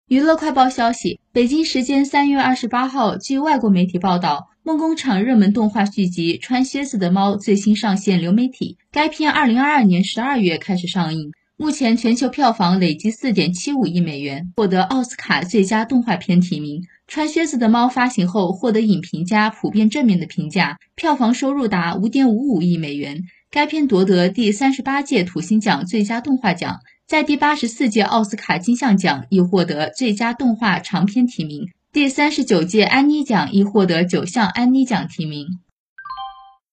娱乐快报消息，北京时间3月28号，据外国媒体报道，梦工厂热门动画续集《穿靴子的猫》最新上线流媒体。该片2022年12月开始上映，目前全球票房累计4.75亿美元，获得奥斯卡最佳动画片提名。穿靴子的猫发行后获得影评家普遍正面的评价，票房收入达5.55亿美元。该片夺得第38届土星奖最佳动画奖，在第84届奥斯卡金像奖亦获得最佳动画长片提名，第39届安妮奖亦获得9项安妮奖提名。